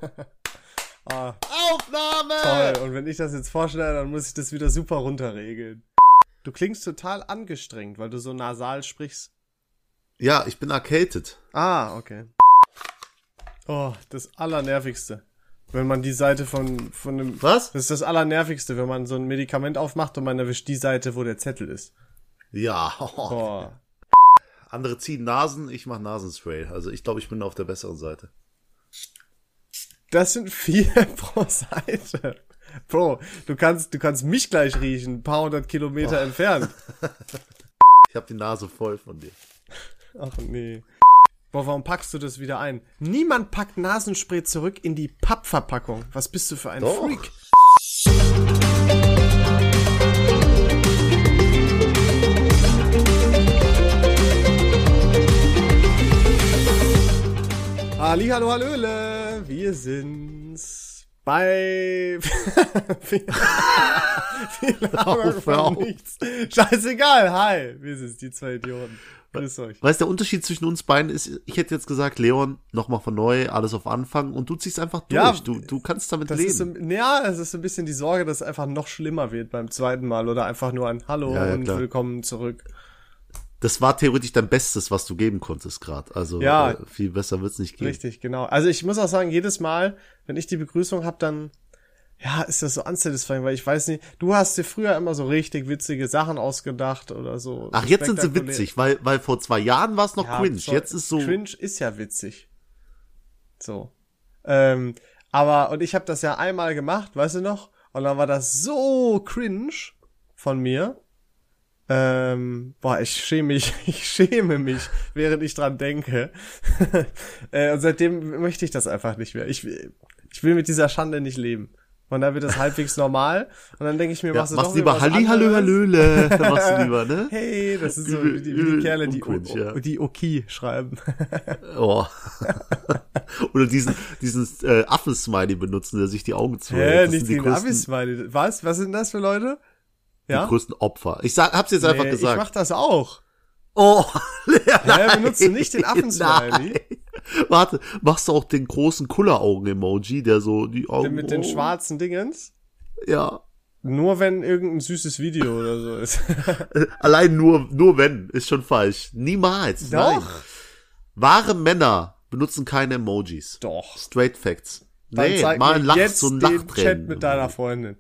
Ah, Aufnahme! toll. Und wenn ich das jetzt vorstelle, dann muss ich das wieder super runterregeln. Du klingst total angestrengt, weil du so nasal sprichst. Ja, ich bin erkältet. Ah, okay. Oh, das Allernervigste. Wenn man die Seite von dem... Was? Das ist das Allernervigste, wenn man so ein Medikament aufmacht und man erwischt die Seite, wo der Zettel ist. Ja. Oh. Andere ziehen Nasen, ich mach Nasenspray. Also ich glaube, ich bin auf der besseren Seite. Das sind 4 pro Seite. Bro, du kannst mich gleich riechen, ein paar hundert Kilometer entfernt. Ich habe die Nase voll von dir. Ach nee. Boah, warum packst du das wieder ein? Niemand packt Nasenspray zurück in die Pappverpackung. Was bist du für ein Doch. Freak? Hallihallo, hallöle. Wir sind's bei... Wir labern von nichts. Scheißegal, hi. Wir sind's, die 2 Idioten. Grüß euch. Weißt du, der Unterschied zwischen uns beiden ist, ich hätte jetzt gesagt, Leon, nochmal von neu, alles auf Anfang und du ziehst einfach durch. Ja, du kannst damit das leben. Es ist ein bisschen die Sorge, dass es einfach noch schlimmer wird beim zweiten Mal oder einfach nur ein Hallo Ja, und klar. willkommen zurück. Das war theoretisch dein Bestes, was du geben konntest gerade. Also Ja. Viel besser wird's nicht gehen. Richtig, genau. Also ich muss auch sagen, jedes Mal, wenn ich die Begrüßung habe, dann ja, ist das so unsatisfying, weil ich weiß nicht, du hast dir früher immer so richtig witzige Sachen ausgedacht oder so. Ach, jetzt sind sie spektakulär. witzig, weil vor 2 Jahren war es noch Ja, cringe. so, Jetzt ist so. Cringe ist ja witzig. So. Aber, und ich habe das ja einmal gemacht, weißt du noch? Und dann war das so cringe von mir. Ich schäme mich, während ich dran denke. Und seitdem möchte ich das einfach nicht mehr. Ich will mit dieser Schande nicht leben. Und dann wird das halbwegs normal. Und dann denke ich mir, Ja, machst du machst doch lieber was Halli, Hallö, anderes. Hallöle. Machst du lieber, ne? Hey, das ist so Übel- wie die Kerle, die uncool, ja. die Oki schreiben. Oh. Oder diesen Affen-Smiley benutzen, der sich die Augen zuhält. Hä, Das nicht sind die gegen Abi-Smiley. Was sind das für Leute? Ja? die größten Opfer. Hab's jetzt einfach gesagt. Ich mach das auch. Oh, Hä, benutzt du nicht den Affen-Smiley? Nein. Warte, machst du auch den großen Kulleraugen-Emoji, der so die Augen... Mit den schwarzen Dingens? Ja. Nur wenn irgendein süßes Video oder so ist. Allein nur wenn, ist schon falsch. Niemals. Doch. Nein. Wahre Männer benutzen keine Emojis. Doch. Straight Facts. Dann Nee, zeig mal mir jetzt so ein den Lachtränen. Chat mit deiner Freundin.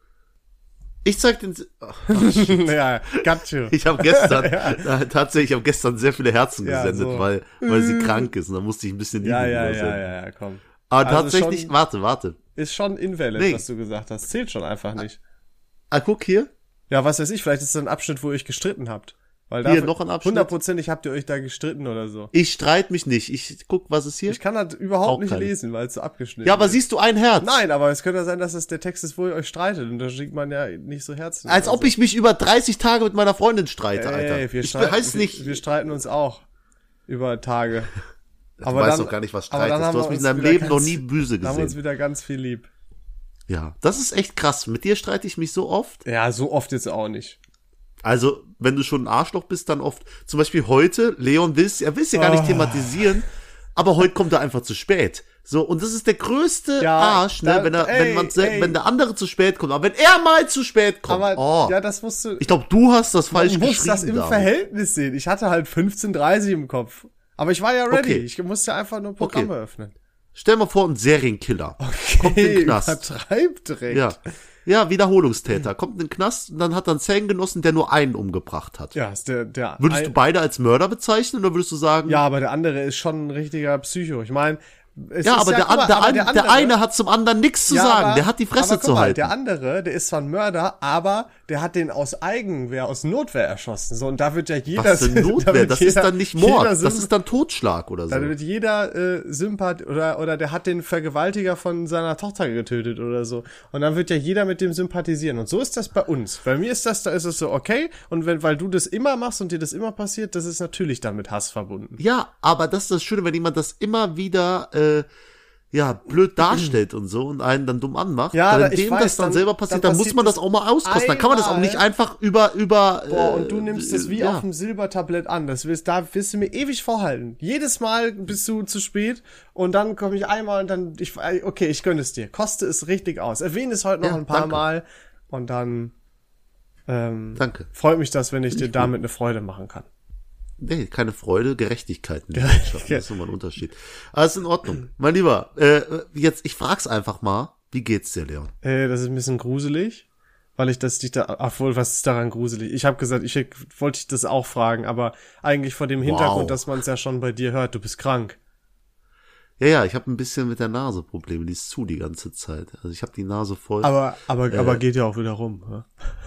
Ich zeig den... Ja, got you. Ich habe gestern, tatsächlich, sehr viele Herzen Ja, gesendet, so. weil sie krank ist. Und da musste ich ein bisschen Ja, Liebe übersenden. ja, komm. Aber Also tatsächlich, schon- warte. Ist schon invalid, Nee. was du gesagt hast. Zählt schon einfach nicht. Ah, guck hier. Ja, was weiß ich, vielleicht ist das ein Abschnitt, wo ihr euch gestritten habt. Weil Hier, da noch ein Abschnitt. 100%ig habt ihr euch da gestritten oder so. Ich streite mich nicht. Ich guck, was ist hier? Ich kann das überhaupt Auch nicht keine. lesen, weil es so abgeschnitten Ja, aber ist. siehst du ein Herz? Nein, aber es könnte ja sein, dass es der Text ist, wo ihr euch streitet. Und da schickt man ja nicht so Herzen. Als oder ob so. ich mich über 30 Tage mit meiner Freundin streite, Alter. Ey, wir Ich streiten, heißt nicht, wir streiten uns auch über Tage. du weißt doch gar nicht, was Streit aber dann ist. haben Du wir hast mich in uns deinem wieder Leben noch ganz- nie böse Da haben wir uns gesehen. wieder ganz viel lieb. Ja, das ist echt krass. Mit dir streite ich mich so oft. Ja, so oft jetzt auch nicht. Also, wenn du schon ein Arschloch bist, dann oft. Zum Beispiel heute, Leon will's ja gar nicht thematisieren, aber heute kommt er einfach zu spät. So, und das ist der größte Ja, Arsch, ne, wenn der andere zu spät kommt. Aber wenn er mal zu spät kommt, Aber ja, das musst du. ich glaube, du hast das falsch Man muss geschrieben. das im David. Verhältnis sehen. Ich hatte halt 15:30 im Kopf. Aber ich war ja ready. Okay. Ich musste einfach nur Programme öffnen. Stell mal vor, ein Serienkiller. Kommt in den Knast. Übertreib direkt. Ja, Wiederholungstäter. Kommt in den Knast und dann hat er einen Zellengenossen, der nur einen umgebracht hat. Ja, ist der Würdest du beide als Mörder bezeichnen oder würdest du sagen, Ja, aber der andere ist schon ein richtiger Psycho. Ich meine, ja, aber der eine hat zum anderen nichts zu sagen. Der hat die Fresse aber guck zu mal, halten. Der andere, der ist zwar ein Mörder, aber der hat den aus Eigenwehr, aus Notwehr erschossen. So, und da wird ja jeder... Was für da Notwehr? wird Das jeder- ist dann nicht Mord. jeder Das ist dann Totschlag oder so. Da wird jeder Sympath oder der hat den Vergewaltiger von seiner Tochter getötet oder so. Und dann wird ja jeder mit dem sympathisieren. Und so ist das bei uns. Bei mir ist das, da ist es so okay. Und weil du das immer machst und dir das immer passiert, das ist natürlich dann mit Hass verbunden. Ja, aber das ist das Schöne, wenn jemand das immer wieder blöd darstellt und so und einen dann dumm anmacht. Ja, wenn ich dem weiß, das dann selber passiert, dann muss man das auch mal auskosten. Dann kann man das auch nicht einmal. einfach über Boah, und du nimmst das wie ja. auf dem Silbertablett an. Da wirst du mir ewig vorhalten. Jedes Mal bist du zu spät und dann komme ich einmal und dann, ich gönne es dir. Koste es richtig aus. Erwähne es heute noch ein paar danke. Mal und dann Danke. freut mich das, wenn ich dir damit eine Freude machen kann. Nee, keine Freude, Gerechtigkeit in der Gesellschaft. Das ist nochmal ein Unterschied. Alles in Ordnung. Mein Lieber, jetzt, ich frag's einfach mal, wie geht's dir, Leon? Das ist ein bisschen gruselig, weil ich das dich da, obwohl, was ist daran gruselig? Ich habe gesagt, wollte dich das auch fragen, aber eigentlich vor dem Hintergrund, dass man es ja schon bei dir hört, du bist krank. Ja, ich habe ein bisschen mit der Nase Probleme, die ist zu die ganze Zeit. Also ich habe die Nase voll. Aber geht ja auch wieder rum. Ja?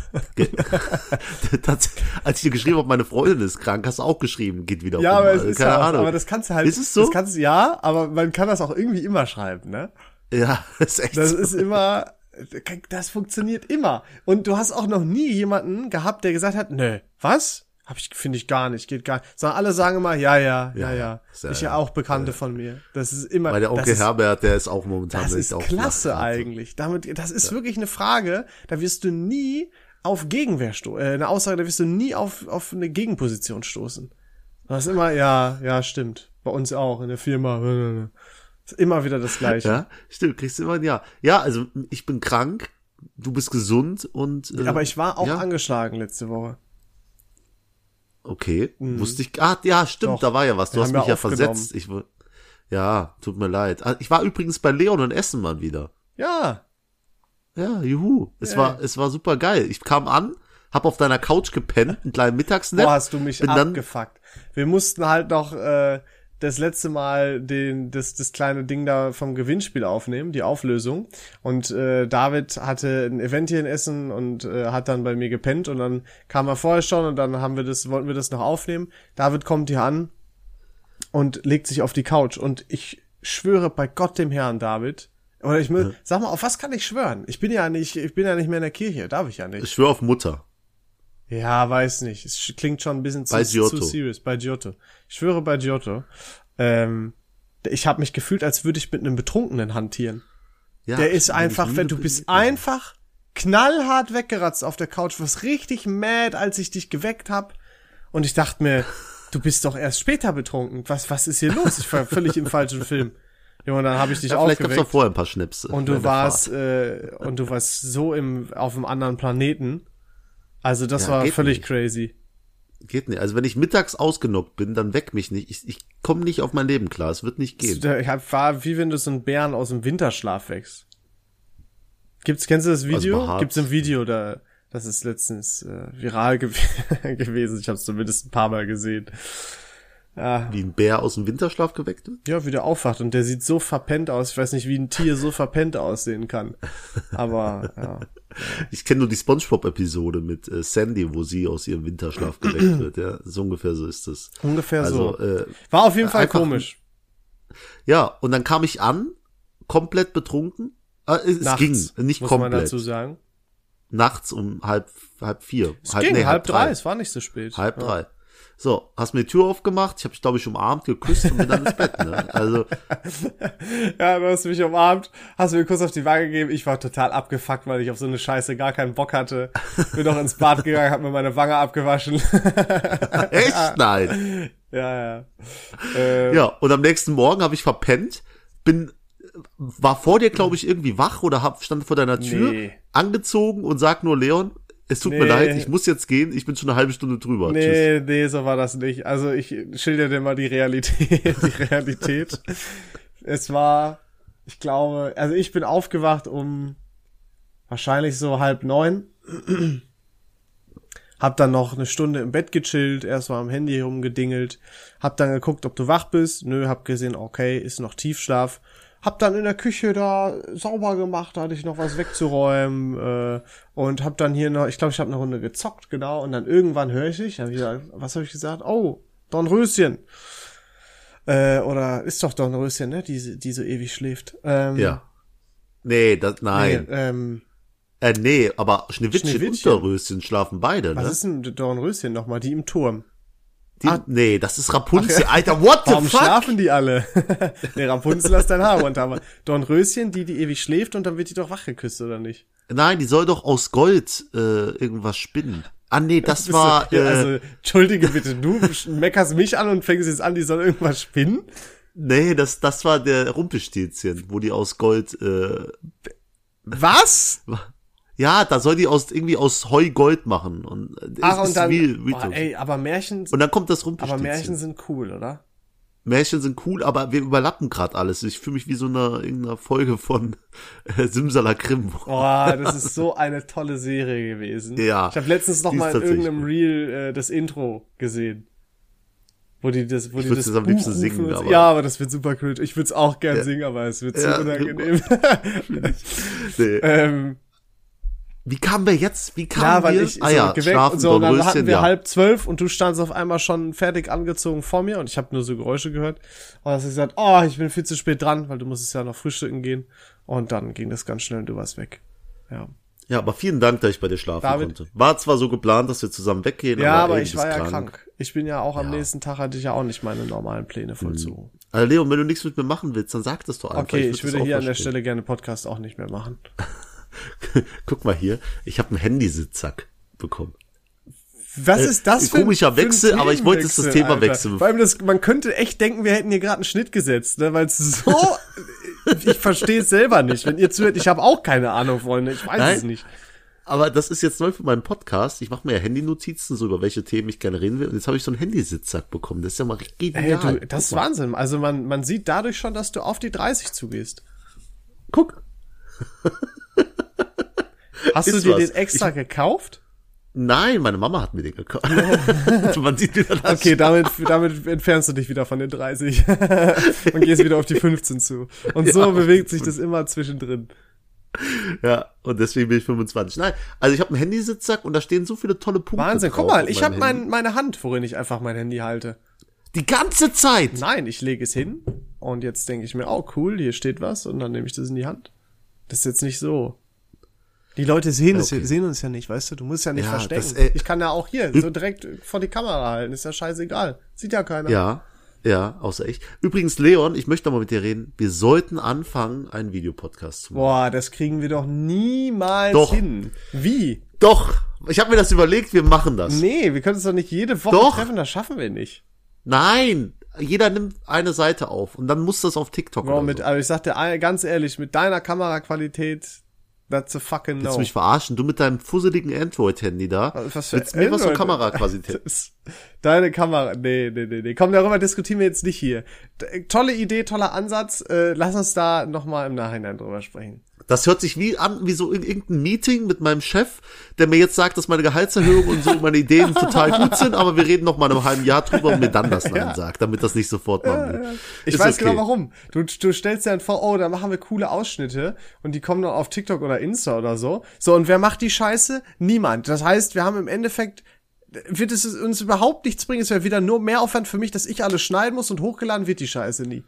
Als ich dir geschrieben habe, meine Freundin ist krank, hast du auch geschrieben, geht wieder Ja, rum. aber es ist Keine ja, Ahnung. aber das kannst du halt. Ist es so? Das kannst, ja, aber man kann das auch irgendwie immer schreiben, ne? Ja, das ist echt Das so. ist immer, das funktioniert immer. Und du hast auch noch nie jemanden gehabt, der gesagt hat, nö, was? Finde ich gar nicht, geht gar nicht. Sondern alle sagen immer, ja. Ich ja auch Bekannte von mir. Das ist immer. Weil der Onkel Herbert, der ist auch momentan Das ist echt auch klasse flach. eigentlich. Das ist wirklich eine Frage, da wirst du nie auf Gegenwehr eine Aussage, da wirst du nie auf eine Gegenposition stoßen. Das ist immer, ja, stimmt. Bei uns auch, in der Firma. Ist immer wieder das Gleiche. Ja, stimmt, kriegst du immer ein Ja. Ja, also ich bin krank, du bist gesund und Aber ich war auch angeschlagen letzte Woche. Okay, wusste ich. Ja, stimmt, Doch. da war ja was. Du Wir hast haben mich ja ja aufgenommen. versetzt. Ja, tut mir leid. Ich war übrigens bei Leon und Essen mal wieder. Ja. Ja, juhu. Es war super geil. Ich kam an, hab auf deiner Couch gepennt, einen kleinen Mittagsnap. Boah, hast du mich bin dann abgefuckt. Wir mussten halt noch das letzte Mal das kleine Ding da vom Gewinnspiel aufnehmen, die Auflösung. Und David hatte ein Event hier in Essen und hat dann bei mir gepennt und dann kam er vorher schon und dann wollten wir das noch aufnehmen. David kommt hier an und legt sich auf die Couch und ich schwöre bei Gott dem Herrn, David, oder sag mal, auf was kann ich schwören? Ich bin ja nicht mehr in der Kirche, darf ich ja nicht. Ich schwöre auf Mutter. Ja, weiß nicht. Es klingt schon ein bisschen zu serious. Bei Giotto. Ich schwöre bei Giotto. Ich habe mich gefühlt, als würde ich mit einem Betrunkenen hantieren. Ja, Der ist einfach, du bist einfach knallhart weggeratzt auf der Couch, was richtig mad, als ich dich geweckt hab. Und ich dachte mir, du bist doch erst später betrunken. Was ist hier los? Ich war völlig im falschen Film. Ja, und dann habe ich dich vielleicht aufgeweckt. gab's doch vorher ein paar Schnipse. Und du warst so auf einem anderen Planeten. Also das war völlig nicht. Crazy. Geht nicht. Also wenn ich mittags ausgenockt bin, dann weck mich nicht. Ich komme nicht auf mein Leben klar. Es wird nicht gehen. War wie wenn du so einen Bären aus dem Winterschlaf wächst. Kennst du das Video? Also Gibt's ein Video, das ist letztens viral gewesen. Ich habe es zumindest ein paar Mal gesehen. Ja. Wie ein Bär aus dem Winterschlaf geweckt wird? Ja, wie der aufwacht und der sieht so verpennt aus. Ich weiß nicht, wie ein Tier so verpennt aussehen kann. Aber, ja. Ich kenne nur die SpongeBob-Episode mit Sandy, wo sie aus ihrem Winterschlaf geweckt wird. Ja, so ungefähr so ist es. Ungefähr also, so. War auf jeden Fall komisch. Ja, und dann kam ich an, komplett betrunken. Es Nachts, ging, nicht muss komplett. man dazu sagen. Nachts um halb vier. Es ging, halb drei, es war nicht so spät. Halb drei. So, hast mir die Tür aufgemacht, ich habe dich, glaube ich, umarmt, geküsst und bin dann ins Bett, ne? Also. Ja, du hast mich umarmt, hast mir einen Kuss auf die Wange gegeben, ich war total abgefuckt, weil ich auf so eine Scheiße gar keinen Bock hatte. Bin noch ins Bad gegangen, hab mir meine Wange abgewaschen. Echt? Nein. Ja. Ja, und am nächsten Morgen habe ich verpennt, war vor dir, glaube ich, irgendwie wach oder stand vor deiner Tür, angezogen und sag nur, Leon, es tut mir leid, ich muss jetzt gehen, ich bin schon eine halbe Stunde drüber. Tschüss. Nee, so war das nicht. Also ich schilder dir mal die Realität. Es war, ich glaube, also ich bin aufgewacht um wahrscheinlich so 8:30. Hab dann noch eine Stunde im Bett gechillt, erst mal am Handy rumgedingelt, hab dann geguckt, ob du wach bist. Nö, hab gesehen, okay, ist noch Tiefschlaf. Hab dann in der Küche da sauber gemacht, da hatte ich noch was wegzuräumen und hab dann hier noch, ich glaube, ich habe eine Runde gezockt, genau, und dann irgendwann höre ich dich, was habe ich gesagt? Oh, Dornröschen. Oder ist doch Dornröschen, ne, die so ewig schläft. Ja. Nee, nein. Nee, aber Schneewittchen und Dornröschen schlafen beide, ne? Was ist denn Dornröschen nochmal? Die im Turm. Nee, das ist Rapunzel. Alter, what the Warum fuck? schlafen die alle? Nee, Rapunzel lässt dein Haar runter. Aber Dornröschen, die ewig schläft und dann wird die doch wach geküsst, oder nicht? Nein, die soll doch aus Gold irgendwas spinnen. Ah, nee, das war... also, entschuldige bitte, du meckerst mich an und fängst jetzt an, die soll irgendwas spinnen? Nee, das war der Rumpelstilzchen, wo die aus Gold... Was? Ja, da soll die irgendwie aus Heu Gold machen. Und und dann... ey, aber Märchen... Und dann kommt das Rumpelstilzchen. Aber Märchen sind cool, oder? Märchen sind cool, aber wir überlappen gerade alles. Ich fühle mich wie so irgendeiner Folge von Simsalakrim. Oh, das ist so eine tolle Serie gewesen. Ja. Ich habe letztens noch mal in irgendeinem Reel das Intro gesehen. Wo die das am liebsten singen, aber. Ja, aber das wird super cool. Ich würde es auch gern singen, aber es wird so unangenehm. Nee. Wie kamen wir jetzt? Weil ich schlafen, so, und dann hatten wir ja. 11:30 und du standst auf einmal schon fertig angezogen vor mir und ich habe nur so Geräusche gehört. Und dann hast du gesagt, ich bin viel zu spät dran, weil du musstest ja noch frühstücken gehen. Und dann ging das ganz schnell und du warst weg. Ja. Ja, aber vielen Dank, dass ich bei dir schlafen konnte. War zwar so geplant, dass wir zusammen weggehen, ja, aber ich war ja krank. Ich bin ja auch am nächsten Tag, hatte ich ja auch nicht meine normalen Pläne vollzogen. Also Leon, wenn du nichts mit mir machen willst, dann sag das doch einfach. Okay, ich würde hier an der Stelle gerne Podcast auch nicht mehr machen. Guck mal hier, ich habe einen Handysitzsack bekommen. Was ist das für ein komischer Wechsel, aber ich wollte jetzt das Thema Alter. wechseln. Vor allem man könnte echt denken, wir hätten hier gerade einen Schnitt gesetzt, ne, weil es so ich verstehe es selber nicht. Wenn ihr zuhört, ich habe auch keine Ahnung, Freunde, ich weiß es nicht. Aber das ist jetzt neu für meinen Podcast. Ich mache mir ja Handynotizen, so über welche Themen ich gerne reden will. Und jetzt habe ich so einen Handysitzsack bekommen. Das ist ja mal richtig genial. Das ist Wahnsinn. Also man sieht dadurch schon, dass du auf die 30 zugehst. Guck. Hast du dir den extra gekauft? Nein, meine Mama hat mir den gekauft. Man sieht wieder das. Okay, damit entfernst du dich wieder von den 30 und gehst wieder auf die 15 zu. Und so bewegt sich das immer zwischendrin. Ja, und deswegen bin ich 25. Nein, also ich habe einen Handysitzsack und da stehen so viele tolle Punkte Wahnsinn, drauf. guck mal, ich habe meine Hand, worin ich einfach mein Handy halte. Die ganze Zeit? Nein, ich lege es hin und jetzt denke ich mir, cool, hier steht was und dann nehme ich das in die Hand. Das ist jetzt nicht so. Die Leute sehen uns ja nicht, weißt du? Du musst ja nicht verstecken. Ich kann ja auch hier so direkt vor die Kamera halten, ist ja scheißegal. Sieht ja keiner. Ja, außer ich. Übrigens, Leon, ich möchte mal mit dir reden. Wir sollten anfangen, einen Videopodcast zu machen. Boah, das kriegen wir doch niemals hin. Wie? Doch. Ich habe mir das überlegt, wir machen das. Nee, wir können uns doch nicht jede Woche treffen, das schaffen wir nicht. Nein. Jeder nimmt eine Seite auf und dann muss das auf TikTok aber ich sag dir ganz ehrlich, mit deiner Kameraqualität, that's a fucking no. Willst du mich verarschen? Du mit deinem fusseligen Android-Handy da? Was für Kameraqualität? Deine Kamera, nee. Komm, darüber diskutieren wir jetzt nicht hier. Tolle Idee, toller Ansatz. Lass uns da nochmal im Nachhinein drüber sprechen. Das hört sich wie so irgendein Meeting mit meinem Chef, der mir jetzt sagt, dass meine Gehaltserhöhung und so meine Ideen total gut sind, aber wir reden noch mal in einem halben Jahr drüber und mir dann das Nein sagt, damit das nicht sofort machen will. Ich weiß genau warum. Du stellst dir dann vor, da machen wir coole Ausschnitte und die kommen dann auf TikTok oder Insta oder so. So, und wer macht die Scheiße? Niemand. Das heißt, wir haben im Endeffekt, wird es uns überhaupt nichts bringen. Es wäre wieder nur mehr Aufwand für mich, dass ich alles schneiden muss und hochgeladen wird die Scheiße nie.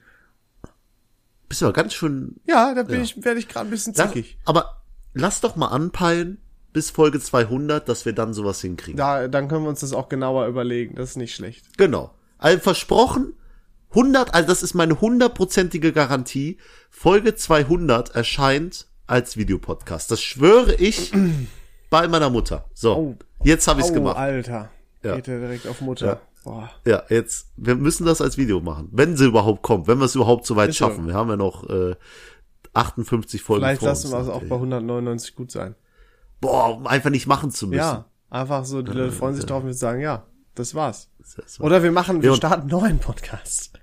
Bist du aber ganz schön... Ja, da werde ich gerade ein bisschen zickig. Aber lass doch mal anpeilen bis Folge 200, dass wir dann sowas hinkriegen. Dann können wir uns das auch genauer überlegen. Das ist nicht schlecht. Genau. Also versprochen, 100, also das ist meine 100%ige Garantie. Folge 200 erscheint als Videopodcast. Das schwöre ich bei meiner Mutter. So, jetzt habe ich's gemacht. Alter. Ja. Geht ja direkt auf Mutter. Ja. Boah. Ja, wir müssen das als Video machen, wenn sie überhaupt kommt, wenn wir es überhaupt so weit schaffen. Wir haben ja noch 58 Folgen Vielleicht vor uns. Vielleicht lassen wir es auch bei 199 gut sein. Boah, um einfach nicht machen zu müssen. Ja, einfach so, die Leute freuen sich drauf und sagen, ja, das war's. Oder wir starten noch einen Podcast.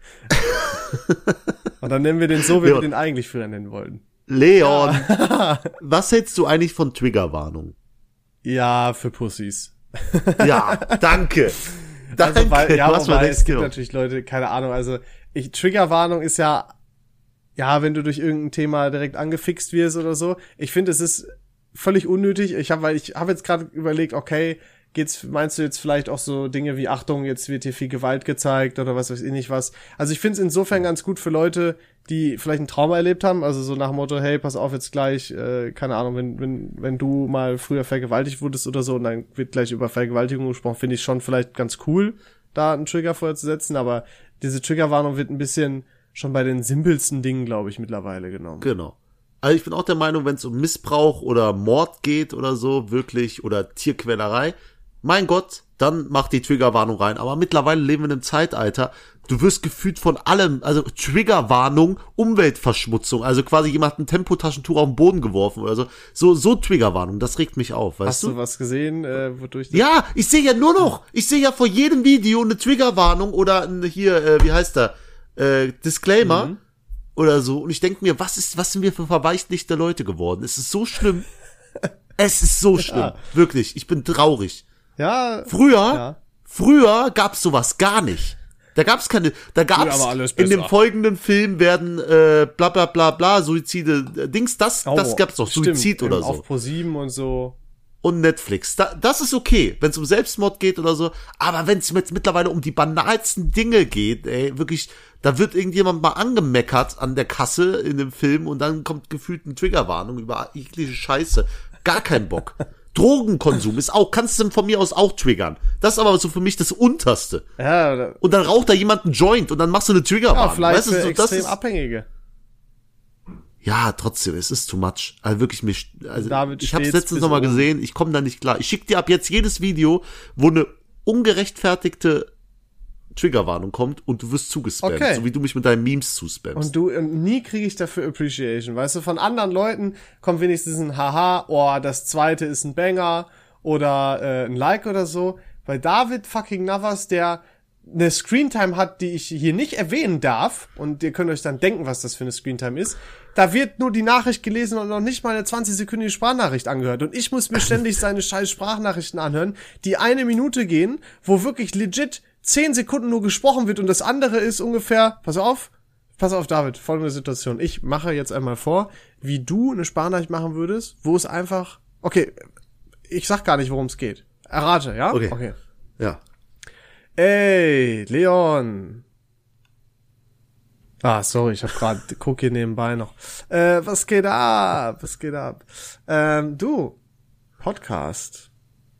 Und dann nennen wir den so, wie wir den eigentlich früher nennen wollten. Leon, was hältst du eigentlich von Triggerwarnung? Ja, für Pussys. Ja, danke. Also, es gibt natürlich Leute, keine Ahnung, also Triggerwarnung ist ja, wenn du durch irgendein Thema direkt angefixt wirst oder so. Ich finde, es ist völlig unnötig. Ich habe jetzt gerade überlegt, okay, meinst du jetzt vielleicht auch so Dinge wie, Achtung, jetzt wird hier viel Gewalt gezeigt oder was weiß ich nicht was. Also ich finde es insofern ganz gut für Leute, die vielleicht ein Trauma erlebt haben, also so nach dem Motto, hey, pass auf jetzt gleich, keine Ahnung, wenn du mal früher vergewaltigt wurdest oder so und dann wird gleich über Vergewaltigung gesprochen, finde ich schon vielleicht ganz cool. da einen Trigger vorher zu setzen, aber diese Triggerwarnung wird ein bisschen schon bei den simpelsten Dingen, glaube ich, mittlerweile genommen. Genau. Also ich bin auch der Meinung, wenn es um Missbrauch oder Mord geht oder so, wirklich, oder Tierquälerei, mein Gott, dann mach die Triggerwarnung rein. Aber mittlerweile leben wir in einem Zeitalter, du wirst gefühlt von allem, also Triggerwarnung, Umweltverschmutzung, also quasi jemand ein Tempotaschentuch auf den Boden geworfen oder so. So Triggerwarnung, das regt mich auf, weißt Hast du was gesehen, wodurch Ja, ich sehe ja vor jedem Video eine Triggerwarnung oder wie heißt der, Disclaimer oder so. Und ich denke mir, was sind wir für verweichlichte Leute geworden? Es ist so schlimm. Es ist so schlimm. Ja. Wirklich, ich bin traurig. Ja. Früher gab's sowas gar nicht. Da gab's in dem folgenden Film werden bla bla bla bla Suizide das gab's doch, stimmt, Suizid oder so. Auf Pro7 und so. Und Netflix. Das ist okay, wenn es um Selbstmord geht oder so. Aber wenn es jetzt mittlerweile um die banalsten Dinge geht, ey, wirklich, da wird irgendjemand mal angemeckert an der Kasse in dem Film und dann kommt gefühlt eine Triggerwarnung über jegliche Scheiße. Gar kein Bock. Drogenkonsum ist auch, kannst du von mir aus auch triggern. Das ist aber so für mich das Unterste. Ja, und dann raucht da jemand einen Joint und dann machst du eine Triggerwarnung. Ja, vielleicht für extrem Abhängige. Ja, trotzdem, es ist too much. Also wirklich, David, ich hab's letztens noch mal gesehen, ich komme da nicht klar. Ich schick dir ab jetzt jedes Video, wo eine ungerechtfertigte Triggerwarnung kommt und du wirst zugespammt, okay. So wie du mich mit deinen Memes zuspammst. Und nie kriege ich dafür Appreciation, weißt du, von anderen Leuten kommt wenigstens ein Haha, oh, das zweite ist ein Banger oder ein Like oder so. Bei David fucking Navas, der eine Screentime hat, die ich hier nicht erwähnen darf, und ihr könnt euch dann denken, was das für eine Screentime ist, da wird nur die Nachricht gelesen und noch nicht mal eine 20-sekündige Sprachnachricht angehört. Und ich muss mir ständig seine scheiß Sprachnachrichten anhören, die 1 Minute gehen, wo wirklich legit 10 Sekunden nur gesprochen wird und das andere ist ungefähr, pass auf, David, folgende Situation. Ich mache jetzt einmal vor, wie du eine Sprachnachricht machen würdest, wo es einfach, okay, ich sag gar nicht, worum es geht. Errate, ja? Okay. Ja. Ey, Leon. Ah, sorry, ich guck hier nebenbei noch. Was geht ab? Du, Podcast.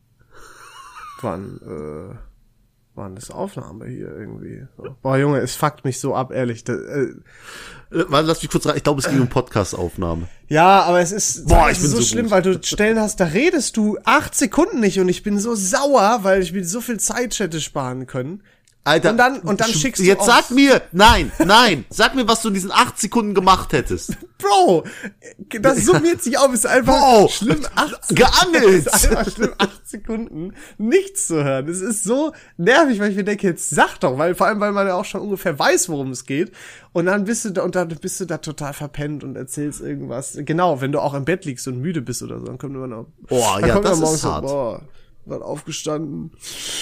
Wann ist Aufnahme hier irgendwie? So. Boah, Junge, es fuckt mich so ab, ehrlich. Lass mich kurz rein. Ich glaube, es ging um Podcast-Aufnahme. Ja, aber es ist so schlimm, gut. weil du Stellen hast, da redest du 8 Sekunden nicht und ich bin so sauer, weil ich mir so viel Zeit hätte sparen können. Alter, und dann schickst du jetzt sag mir, sag mir, was du in diesen 8 Sekunden gemacht hättest. Bro, das summiert sich auf, ist einfach schlimm. Geangelt! Ist einfach schlimm, 8 Sekunden nichts zu hören. Es ist so nervig, weil ich mir denke, jetzt sag doch, vor allem, weil man ja auch schon ungefähr weiß, worum es geht. Und dann bist du da total verpennt und erzählst irgendwas. Genau, wenn du auch im Bett liegst und müde bist oder so, dann kommt immer noch. Das ist hart. Dann aufgestanden.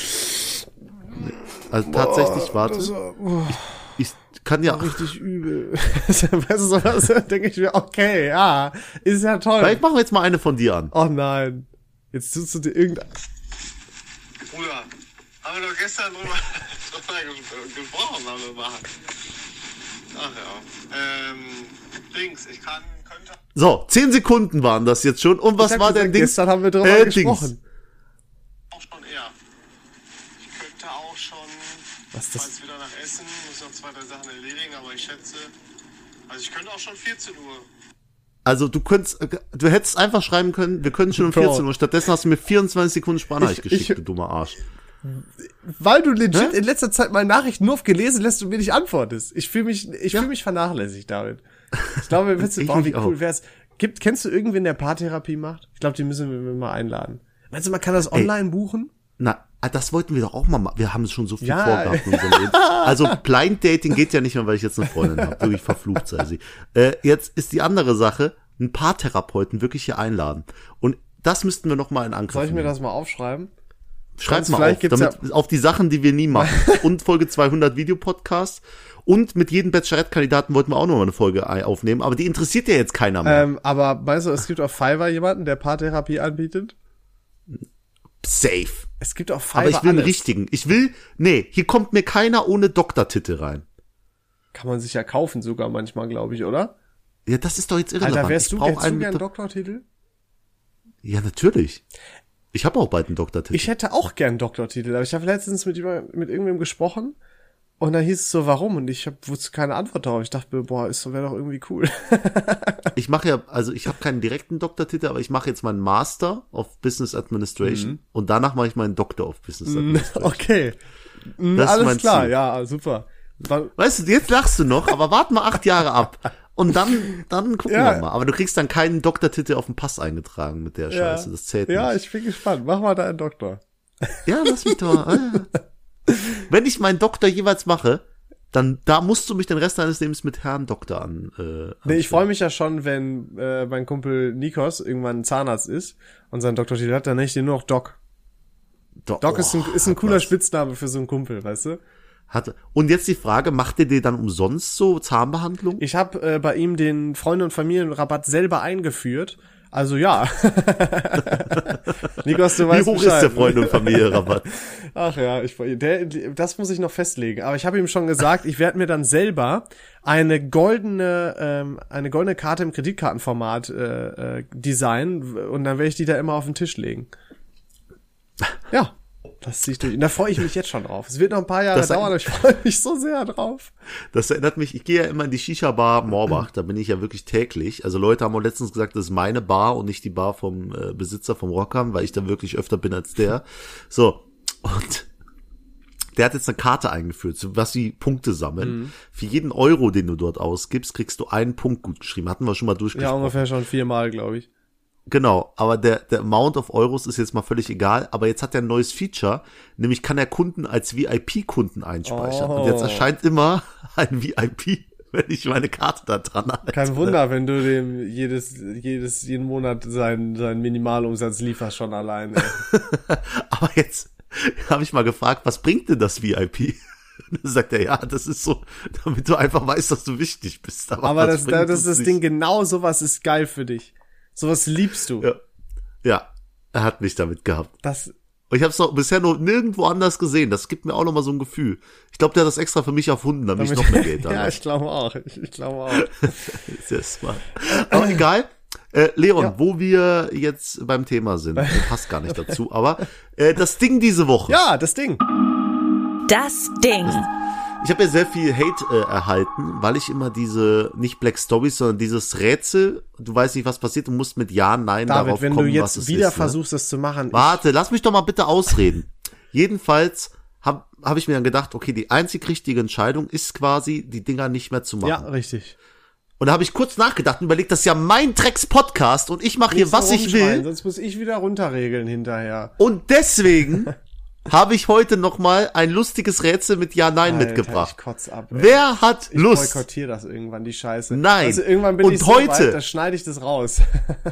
Also tatsächlich, warte. Ich kann ja richtig übel. Weißt du sowas? Denke ich mir, okay, ja, ist ja toll. Vielleicht machen wir jetzt mal eine von dir an. Oh nein. Jetzt tust du dir irgendein... Bruder, haben wir doch gestern drüber gesprochen, haben wir machen. Ach ja. Könnte... So, 10 Sekunden waren das jetzt schon. Und was war denn Dings? Gestern haben wir drüber gesprochen. Auch schon eher. Ich könnte auch schon... Was ist das? Falls wieder nach Essen, muss noch 2, 3 Sachen erledigen, aber ich schätze... Also ich könnte auch schon 14 Uhr... Also du hättest einfach schreiben können, wir können schon um 14 Uhr. Stattdessen hast du mir 24 Sekunden Sprachnachricht geschickt, du dummer Arsch. Weil du legit in letzter Zeit mal Nachrichten nur auf gelesen lässt und mir nicht antwortest. Ich fühle mich vernachlässigt, David. Ich glaube, wie cool wär's. Kennst du irgendwen, der Paartherapie macht? Ich glaube, die müssen wir mal einladen. Meinst du, man kann das online buchen? Na, das wollten wir doch auch mal machen. Wir haben schon so viel vorgehabt in unserem Leben. Also Blind Dating geht ja nicht mehr, weil ich jetzt eine Freundin habe. Wirklich verflucht sei sie. Jetzt ist die andere Sache, ein Paartherapeuten wirklich hier einladen. Und das müssten wir noch mal in Angriff nehmen. Soll ich mir das mal aufschreiben? Schreib mal auf, damit auf die Sachen, die wir nie machen. Und Folge 200 Videopodcast. Und mit jedem Bachelorette-Kandidaten wollten wir auch noch mal eine Folge aufnehmen. Aber die interessiert ja jetzt keiner mehr. Aber meinst du, es gibt auf Fiverr jemanden, der Paartherapie anbietet? Safe. Es gibt auch Fiverr. Aber ich will einen richtigen. Hier kommt mir keiner ohne Doktortitel rein. Kann man sich ja kaufen sogar manchmal, glaube ich, oder? Ja, das ist doch jetzt irrelevant. Alter, hättest du gern einen Doktortitel? Ja, natürlich. Ich habe auch bald einen Doktortitel. Ich hätte auch gern einen Doktortitel, aber ich habe letztens mit irgendwem gesprochen und dann hieß es so, warum? Und ich wusste keine Antwort darauf. Ich dachte mir, boah, wäre doch irgendwie cool. Ich habe keinen direkten Doktortitel, aber ich mache jetzt meinen Master of Business Administration und danach mache ich meinen Doctor of Business Administration. Okay. Das alles klar, Ziel. ja, super. Weißt du, jetzt lachst du noch, aber warte mal 8 Jahre ab. Und dann gucken wir mal. Aber du kriegst dann keinen Doktortitel auf den Pass eingetragen mit der Scheiße. Das zählt nicht. Ja, ich bin gespannt. Mach mal deinen Doktor. Ja, lass mich doch. Wenn ich meinen Doktor jeweils mache, dann da musst du mich den Rest deines Lebens mit Herrn Doktor Nee, ich freue mich ja schon, wenn mein Kumpel Nikos irgendwann Zahnarzt ist und seinen Doktortitel hat, dann nenne ich den nur noch Doc. Doc ist ein cooler Spitzname für so einen Kumpel, weißt du? Und jetzt die Frage, macht ihr dir dann umsonst so Zahnbehandlung? Ich habe bei ihm den Freunde- und Familienrabatt selber eingeführt. Also ja. Nikos, du weißt Wie hoch Bescheid. ist der Freunde- und Familienrabatt? Ach ja, das muss ich noch festlegen. Aber ich habe ihm schon gesagt, ich werde mir dann selber eine goldene Karte im Kreditkartenformat designen und dann werde ich die da immer auf den Tisch legen. Ja. Das ziehe ich durch. Und da freue ich mich jetzt schon drauf. Es wird noch ein paar Jahre dauern, aber ich freue mich so sehr drauf. Das erinnert mich, ich gehe ja immer in die Shisha-Bar Morbach, da bin ich ja wirklich täglich. Also Leute haben auch letztens gesagt, das ist meine Bar und nicht die Bar vom Besitzer vom Rockham, weil ich da wirklich öfter bin als der. So, und der hat jetzt eine Karte eingeführt, was die Punkte sammeln. Für jeden Euro, den du dort ausgibst, kriegst du einen Punkt gut geschrieben. Hatten wir schon mal durchgesprochen. Ja, ungefähr schon 4-mal, glaube ich. Genau, aber der Amount of Euros ist jetzt mal völlig egal, aber jetzt hat er ein neues Feature, nämlich kann er Kunden als VIP-Kunden einspeichern. Und jetzt erscheint immer ein VIP, wenn ich meine Karte da dran halte. Kein Wunder, wenn du dem jeden Monat seinen Minimalumsatz lieferst schon allein. Aber jetzt habe ich mal gefragt, was bringt denn das VIP? Und dann sagt er, ja, das ist so, damit du einfach weißt, dass du wichtig bist. Aber das ist das Ding, genau sowas ist geil für dich. Sowas liebst du. Ja, er hat mich damit gehabt. Und ich habe es noch bisher noch nirgendwo anders gesehen. Das gibt mir auch noch mal so ein Gefühl. Ich glaube, der hat das extra für mich erfunden, damit ich noch mehr Geld habe. Ja, ich glaube auch. Sehr smart. Aber egal. Leon, wo wir jetzt beim Thema sind, passt gar nicht dazu, aber das Ding diese Woche. Ja, das Ding. Das Ding. Ich habe ja sehr viel Hate erhalten, weil ich immer nicht Black Stories, sondern dieses Rätsel, du weißt nicht, was passiert, du musst mit Ja, Nein David, darauf wenn kommen, du was es jetzt wieder ist, versuchst, das zu machen. Warte, lass mich doch mal bitte ausreden. Jedenfalls hab ich mir dann gedacht, okay, die einzig richtige Entscheidung ist quasi, die Dinger nicht mehr zu machen. Ja, richtig. Und da habe ich kurz nachgedacht und überlegt, das ist ja mein Drecks-Podcast und ich mache hier, was ich will. Sonst muss ich wieder runterregeln hinterher. Und deswegen habe ich heute noch mal ein lustiges Rätsel mit Ja-Nein mitgebracht. Ich kotz ab, ey. Wer hat Lust? Ich boykottiere das irgendwann, die Scheiße. Nein. Also irgendwann bin Und ich so heute- weit, da schneide ich das raus.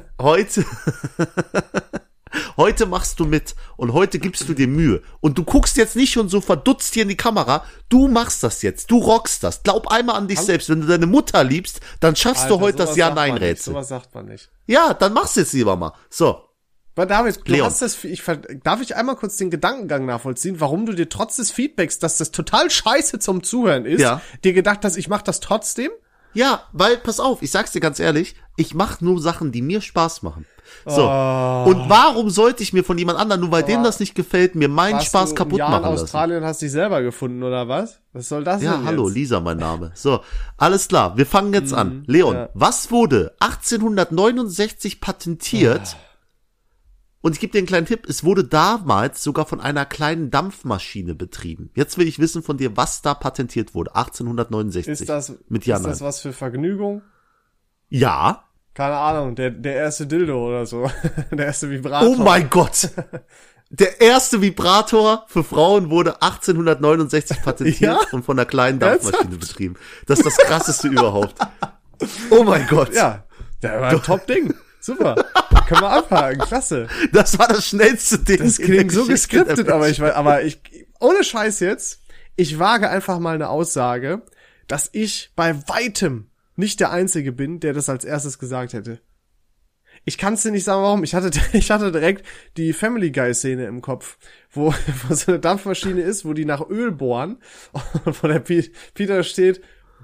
Heute machst du mit und heute gibst du dir Mühe. Und du guckst jetzt nicht schon so verdutzt hier in die Kamera. Du machst das jetzt. Du rockst das. Glaub einmal an dich selbst. Wenn du deine Mutter liebst, dann schaffst Alter, du heute das sowas sagt man nicht, Ja-Nein-Rätsel. Sowas sagt man nicht. Ja, dann mach's jetzt lieber mal. So. Aber David, du Leon. hast darf ich einmal kurz den Gedankengang nachvollziehen, warum du dir trotz des Feedbacks, dass das total scheiße zum Zuhören ist, Ja. dir gedacht hast, ich mach das trotzdem? Ja, weil, pass auf, ich sag's dir ganz ehrlich, ich mach nur Sachen, die mir Spaß machen. So. Und warum sollte ich mir von jemand anderem, nur weil dem das nicht gefällt, mir meinen Spaß kaputt machen in lassen? Australien hast dich selber gefunden, oder was? Was soll das Ja, denn hallo, jetzt? Lisa, mein Name. So, alles klar, wir fangen jetzt an. Leon, was wurde 1869 patentiert? Und ich gebe dir einen kleinen Tipp, es wurde damals sogar von einer kleinen Dampfmaschine betrieben. Jetzt will ich wissen von dir, was da patentiert wurde, 1869. Ist das Mit was für Vergnügung? Ja. Keine Ahnung, der erste Dildo oder so. Der erste Vibrator. Oh mein Gott. Der erste Vibrator für Frauen wurde 1869 patentiert Ja? und von einer kleinen Dampfmaschine betrieben. Das ist das Krasseste überhaupt. Oh mein Gott. Ja, der war ein Top-Ding. Super. Können wir abhaken. Klasse. Das war das schnellste Ding. Das in der klingt so Geschichte der geskriptet, aber ich, ohne Scheiß jetzt, ich wage einfach mal eine Aussage, dass ich bei weitem nicht der Einzige bin, der das als erstes gesagt hätte. Ich kann's dir nicht sagen, warum. Ich hatte direkt die Family Guy Szene im Kopf, wo so eine Dampfmaschine ist, wo die nach Öl bohren und wo der Peter steht,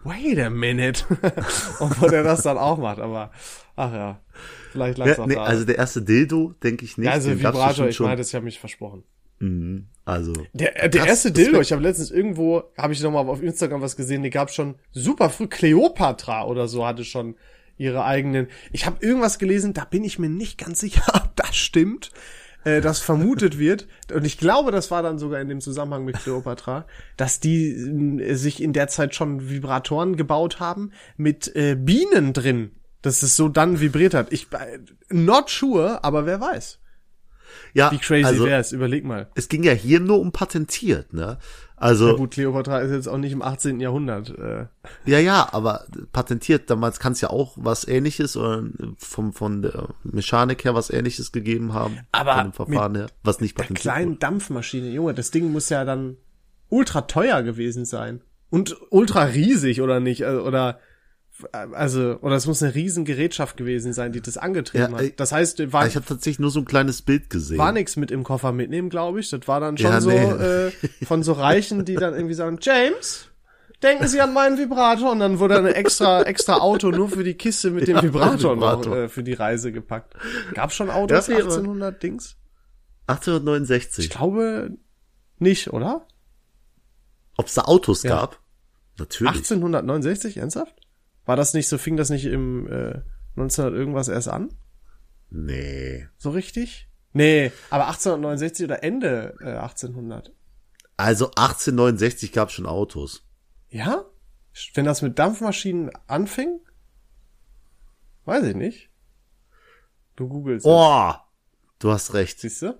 wait a minute. Und wo der das dann auch macht, aber, ach ja, vielleicht lag's auch da. Also der erste Dildo, denke ich nicht. Ja, also Vibrator, ich meine, das habe mich versprochen. Also. Der erste Dildo, ich habe letztens irgendwo, habe ich nochmal auf Instagram was gesehen, die gab schon super früh, Cleopatra oder so hatte schon ihre eigenen. Ich habe irgendwas gelesen, da bin ich mir nicht ganz sicher, ob das stimmt, das vermutet wird, und ich glaube, das war dann sogar in dem Zusammenhang mit Cleopatra, dass die sich in der Zeit schon Vibratoren gebaut haben mit Bienen drin, dass es so dann vibriert hat. Ich not sure, aber wer weiß. Ja, wie crazy also, wär's, überleg mal. Es ging ja hier nur um patentiert, ne? Also. Ja gut, Cleopatra ist jetzt auch nicht im 18. Jahrhundert. Ja, aber patentiert, damals kann es ja auch was Ähnliches oder von der Mechanik her was Ähnliches gegeben haben. Aber von dem Verfahren her, was nicht patentiert der kleinen Dampfmaschine, Junge, das Ding muss ja dann ultra teuer gewesen sein. Und ultra riesig, oder nicht? Oder es muss eine riesen Gerätschaft gewesen sein, die das angetrieben hat. Das heißt, ich habe tatsächlich nur so ein kleines Bild gesehen. War nix mit im Koffer mitnehmen, glaube ich. Das war dann schon von so Reichen, die dann irgendwie sagen, James, denken Sie an meinen Vibrator. Und dann wurde ein extra Auto nur für die Kiste mit dem Vibrator noch für die Reise gepackt. Gab's schon Autos 1800 Dings? 1869. Ich glaube nicht, oder? Ob es da Autos gab? Natürlich. 1869, ernsthaft? War das nicht so, fing das nicht im 1900 irgendwas erst an? Nee. So richtig? Nee, aber 1869 oder Ende 1800. Also 1869 gab es schon Autos. Ja? Wenn das mit Dampfmaschinen anfing? Weiß ich nicht. Du googelst. Oh, du hast recht. Siehst du?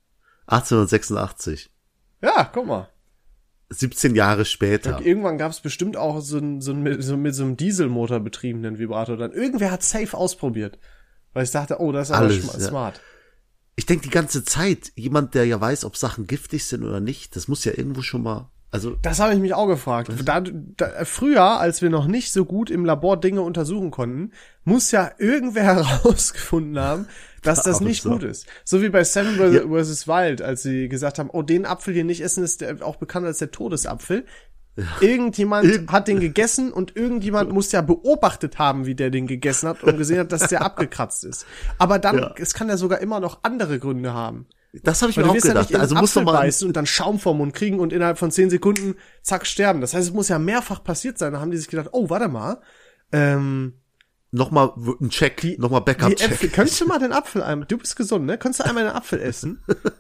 1886. Ja, guck mal. 17 Jahre später. Und irgendwann gab es bestimmt auch so mit so einem Dieselmotor betriebenen Vibrator. Dann irgendwer hat safe ausprobiert. Weil ich dachte, oh, das ist aber smart. Ich denke die ganze Zeit, jemand, der ja weiß, ob Sachen giftig sind oder nicht, das muss ja irgendwo schon mal, also. Das habe ich mich auch gefragt. Früher, als wir noch nicht so gut im Labor Dinge untersuchen konnten, muss ja irgendwer herausgefunden haben, dass das nicht gut ist. So wie bei Seven vs. Wild, als sie gesagt haben, oh, den Apfel hier nicht essen, ist auch bekannt als der Todesapfel. Ja. Irgendjemand hat den gegessen und irgendjemand muss ja beobachtet haben, wie der den gegessen hat und gesehen hat, dass der abgekratzt ist. Aber dann, es kann ja sogar immer noch andere Gründe haben. Das habe ich mir auch gedacht. Ja, also muss man beißen und dann Schaum vom Mund kriegen und innerhalb von 10 Sekunden zack sterben. Das heißt, es muss ja mehrfach passiert sein. Da haben die sich gedacht, oh, warte mal. Nochmal ein Check, nochmal Backup-Check. Könntest du mal den Apfel einmal, du bist gesund, ne? Könntest du einmal den Apfel essen?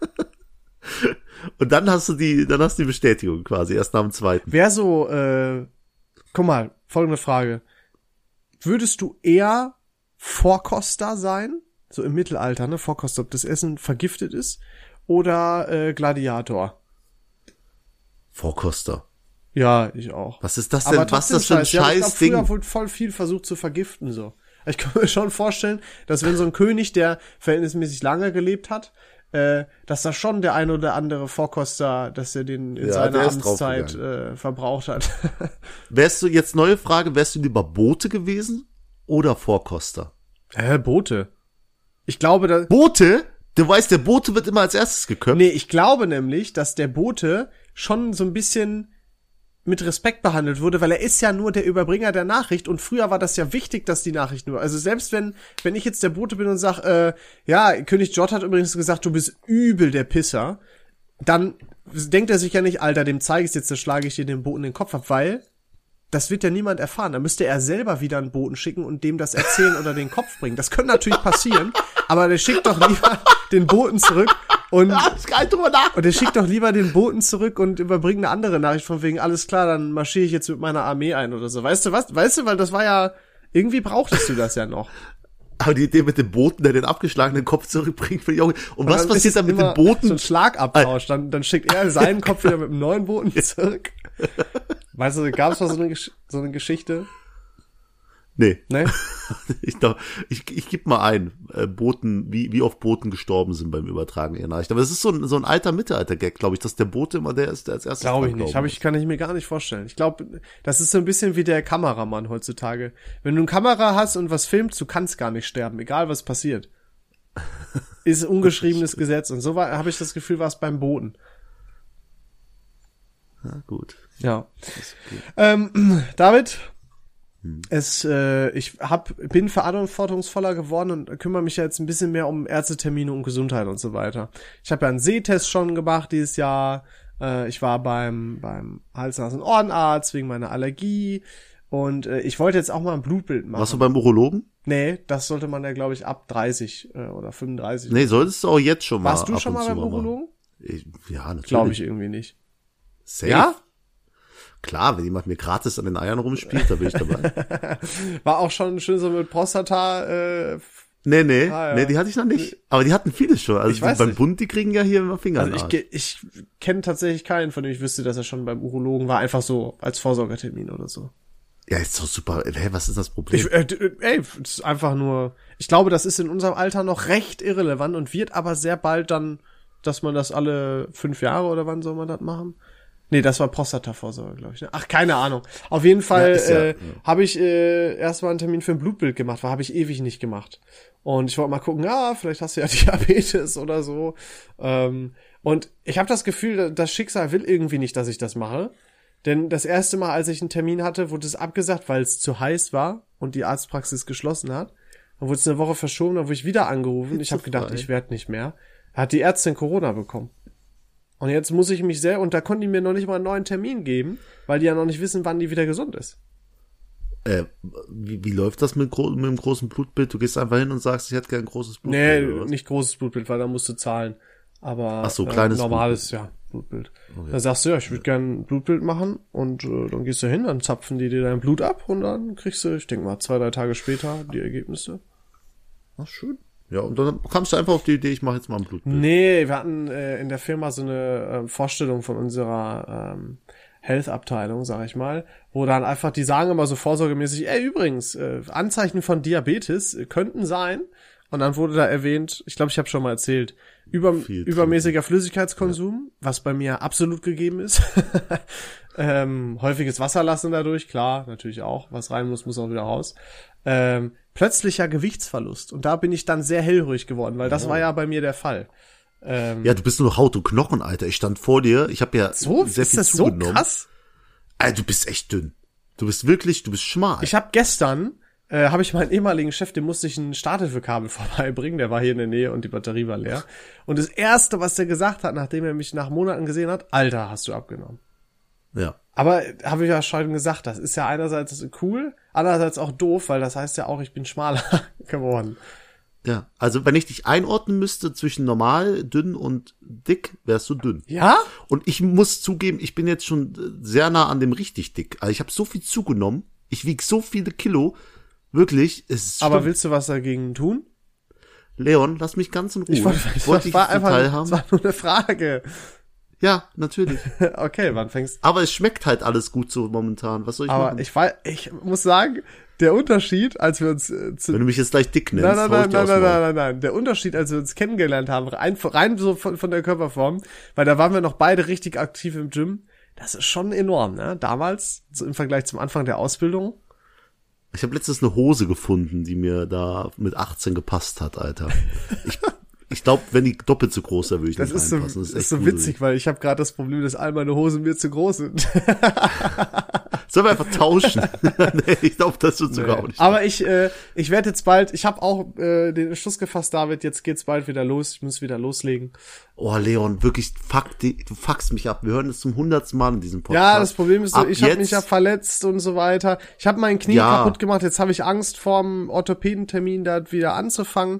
Und dann hast du die Bestätigung quasi, erst nach dem zweiten. Wer so, guck mal, folgende Frage. Würdest du eher Vorkoster sein? So im Mittelalter, ne? Vorkoster, ob das Essen vergiftet ist? Oder Gladiator? Vorkoster. Ja, ich auch. Was ist das denn? Was ist das für ein Scheiß-Ding? Früher wurde voll viel versucht zu vergiften, so. Ich kann mir schon vorstellen, dass wenn so ein König, der verhältnismäßig lange gelebt hat, dass da schon der ein oder andere Vorkoster, dass er den in seiner Amtszeit verbraucht hat. Neue Frage, wärst du lieber Bote gewesen oder Vorkoster? Bote. Ich glaube, Bote? Du weißt, der Bote wird immer als erstes geköpft. Nee, ich glaube nämlich, dass der Bote schon so ein bisschen mit Respekt behandelt wurde, weil er ist ja nur der Überbringer der Nachricht und früher war das ja wichtig, dass die Nachricht nur, also selbst wenn ich jetzt der Bote bin und sag, König George hat übrigens gesagt, du bist übel der Pisser, dann denkt er sich ja nicht, Alter, dem zeige ich jetzt, da schlage ich dir den Boten den Kopf ab, weil das wird ja niemand erfahren. Da müsste er selber wieder einen Boten schicken und dem das erzählen oder den Kopf bringen. Das könnte natürlich passieren, aber der schickt doch lieber den Boten zurück und der schickt doch lieber den Boten zurück und überbringt eine andere Nachricht von wegen, alles klar, dann marschiere ich jetzt mit meiner Armee ein oder so. Weißt du was? Weil das war ja, irgendwie brauchtest du das ja noch. Aber die Idee mit dem Boten, der den abgeschlagenen Kopf zurückbringt, finde ich auch. Und was passiert dann mit dem Boten? So ein Schlagabtausch. Dann schickt er seinen Kopf wieder mit einem neuen Boten zurück. Weißt du, gab es mal so eine Geschichte? Nee. Nee? Ich gebe mal ein, Boten, wie oft Boten gestorben sind beim Übertragen ihrer Nachricht. Aber das ist so ein alter Mittelalter-Gag, glaube ich, dass der Bote immer der ist, der als erstes. Glaube ich nicht. Kann ich mir gar nicht vorstellen. Ich glaube, das ist so ein bisschen wie der Kameramann heutzutage. Wenn du eine Kamera hast und was filmst, du kannst gar nicht sterben, egal was passiert. Ist ungeschriebenes Gesetz. Und so habe ich das Gefühl, war es beim Boten. Ja, gut. Ja. David, bin verantwortungsvoller geworden und kümmere mich jetzt ein bisschen mehr um Ärztetermine und Gesundheit und so weiter. Ich habe ja einen Sehtest schon gemacht dieses Jahr. Ich war beim Hals-Nasen-Ohrenarzt wegen meiner Allergie. Und ich wollte jetzt auch mal ein Blutbild machen. Warst du beim Urologen? Nee, das sollte man ja, glaube ich, ab 30 oder 35. Nee, solltest du auch jetzt schon mal. Warst du schon mal beim Urologen? Ja, natürlich. Glaube ich irgendwie nicht. Safe? Ja? Klar, wenn jemand mir gratis an den Eiern rumspielt, da bin ich dabei. War auch schon schön so mit Prostata. Nee, ja. Nee, die hatte ich noch nicht. Aber die hatten viele schon. Also ich weiß beim nicht. Bund, die kriegen ja hier immer Finger. Also ich kenne tatsächlich keinen, von dem ich wüsste, dass er schon beim Urologen war. Einfach so als Vorsorgetermin oder so. Ja, ist doch super. Hey, was ist das Problem? Es ist einfach nur, ich glaube, das ist in unserem Alter noch recht irrelevant und wird aber sehr bald dann, dass man das alle 5 Jahre oder wann soll man das machen? Nee, das war Prostatavorsorge, glaube ich. Ne? Ach, keine Ahnung. Auf jeden Fall habe ich erstmal einen Termin für ein Blutbild gemacht, habe ich ewig nicht gemacht. Und ich wollte mal gucken, vielleicht hast du ja Diabetes oder so. Und ich habe das Gefühl, das Schicksal will irgendwie nicht, dass ich das mache. Denn das erste Mal, als ich einen Termin hatte, wurde es abgesagt, weil es zu heiß war und die Arztpraxis geschlossen hat. Dann wurde es eine Woche verschoben, dann wurde ich wieder angerufen. Ich habe gedacht, ich werde nicht mehr. Da hat die Ärztin Corona bekommen. Und jetzt muss ich mich und da konnten die mir noch nicht mal einen neuen Termin geben, weil die ja noch nicht wissen, wann die wieder gesund ist. Wie läuft das mit dem großen Blutbild? Du gehst einfach hin und sagst, ich hätte gern ein großes Blutbild. Nee, nicht großes Blutbild, weil da musst du zahlen. Aber ach so, kleines normales, Blutbild. Okay. Da sagst du, ich würde gern ein Blutbild machen und dann gehst du hin, dann zapfen die dir dein Blut ab und dann kriegst du, ich denke mal, 2-3 Tage später die Ergebnisse. Ach, schön. Ja, und dann kamst du einfach auf die Idee, ich mache jetzt mal ein Blutbild. Nee, wir hatten in der Firma so eine Vorstellung von unserer Health-Abteilung, sag ich mal, wo dann einfach, die sagen immer so vorsorgemäßig, übrigens, Anzeichen von Diabetes könnten sein. Und dann wurde da erwähnt, ich glaube, ich habe schon mal erzählt, übermäßiger Flüssigkeitskonsum, was bei mir absolut gegeben ist. Häufiges Wasserlassen dadurch, klar, natürlich auch. Was rein muss auch wieder raus. Plötzlicher Gewichtsverlust. Und da bin ich dann sehr hellhörig geworden, weil das war ja bei mir der Fall. Ja, du bist nur noch Haut und Knochen, Alter. Ich stand vor dir, ich habe ja so, sehr viel zugenommen. So krass? Alter, du bist echt dünn. Du bist schmal. Ich habe gestern habe ich meinen ehemaligen Chef, dem musste ich ein Starthilfekabel vorbeibringen, der war hier in der Nähe und die Batterie war leer. Und das Erste, was der gesagt hat, nachdem er mich nach Monaten gesehen hat, Alter, hast du abgenommen. Ja. Aber habe ich ja schon gesagt, das ist ja einerseits cool, andererseits auch doof, weil das heißt ja auch, ich bin schmaler geworden. Ja, also wenn ich dich einordnen müsste zwischen normal, dünn und dick, wärst du dünn. Ja? Und ich muss zugeben, ich bin jetzt schon sehr nah an dem richtig dick. Also ich habe so viel zugenommen, ich wiege so viele Kilo, wirklich, es ist aber willst du was dagegen tun? Leon, lass mich ganz in Ruhe. Ich wollte dich total haben. Das war nur eine Frage. Ja, natürlich. Okay, wann fängst du? Aber es schmeckt halt alles gut so momentan. Was soll ich machen? Aber ich muss sagen, der Unterschied, als wir uns wenn du mich jetzt gleich dick nennst, nein. Der Unterschied, als wir uns kennengelernt haben, rein so von der Körperform, weil da waren wir noch beide richtig aktiv im Gym. Das ist schon enorm, ne? Damals, so im Vergleich zum Anfang der Ausbildung. Ich habe letztens eine Hose gefunden, die mir da mit 18 gepasst hat, Alter. Ich glaube, wenn die doppelt so groß wäre, würde ich nicht reinpassen. Das ist so witzig, weil ich habe gerade das Problem, dass all meine Hosen mir zu groß sind. Sollen wir einfach tauschen? Nee, ich glaube, das wird sogar auch nicht. Aber ich werde jetzt bald, ich habe auch den Entschluss gefasst, David, jetzt geht's bald wieder los, ich muss wieder loslegen. Oh, Leon, wirklich, du fuckst mich ab. Wir hören es zum 100. Mal in diesem Podcast. Ja, das Problem ist so, ich habe mich ja verletzt und so weiter. Ich habe mein Knie kaputt gemacht, jetzt habe ich Angst vorm Orthopädentermin da wieder anzufangen.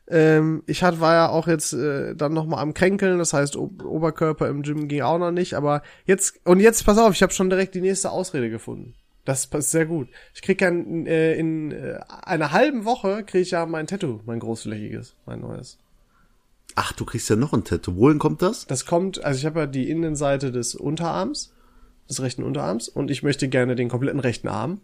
Ich war ja auch jetzt dann noch mal am Kränkeln, das heißt Oberkörper im Gym ging auch noch nicht, aber jetzt pass auf, ich habe schon direkt die nächste Ausrede gefunden. Das passt sehr gut. Ich krieg ja in einer halben Woche kriege ich ja mein Tattoo, mein großflächiges, mein neues. Ach, du kriegst ja noch ein Tattoo. Wohin kommt das? Das kommt, also ich habe ja die Innenseite des Unterarms, des rechten Unterarms und ich möchte gerne den kompletten rechten Arm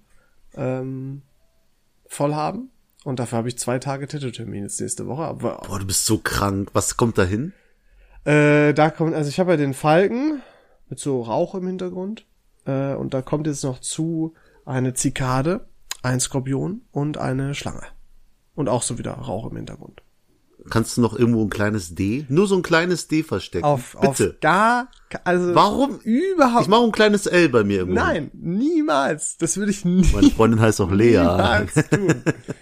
voll haben. Und dafür habe ich 2 Tage Tattoo-Termin jetzt nächste Woche. Aber, boah, du bist so krank. Was kommt da hin? Da kommt, also ich habe ja den Falken mit so Rauch im Hintergrund. Und da kommt jetzt noch zu eine Zikade, ein Skorpion und eine Schlange. Und auch so wieder Rauch im Hintergrund. Kannst du noch irgendwo ein kleines D? Nur so ein kleines D verstecken. Bitte. Also. Warum? Überhaupt. Ich mache ein kleines L bei mir irgendwo. Nein, niemals. Das würde ich nie. Meine Freundin heißt auch Lea. Niemals tun.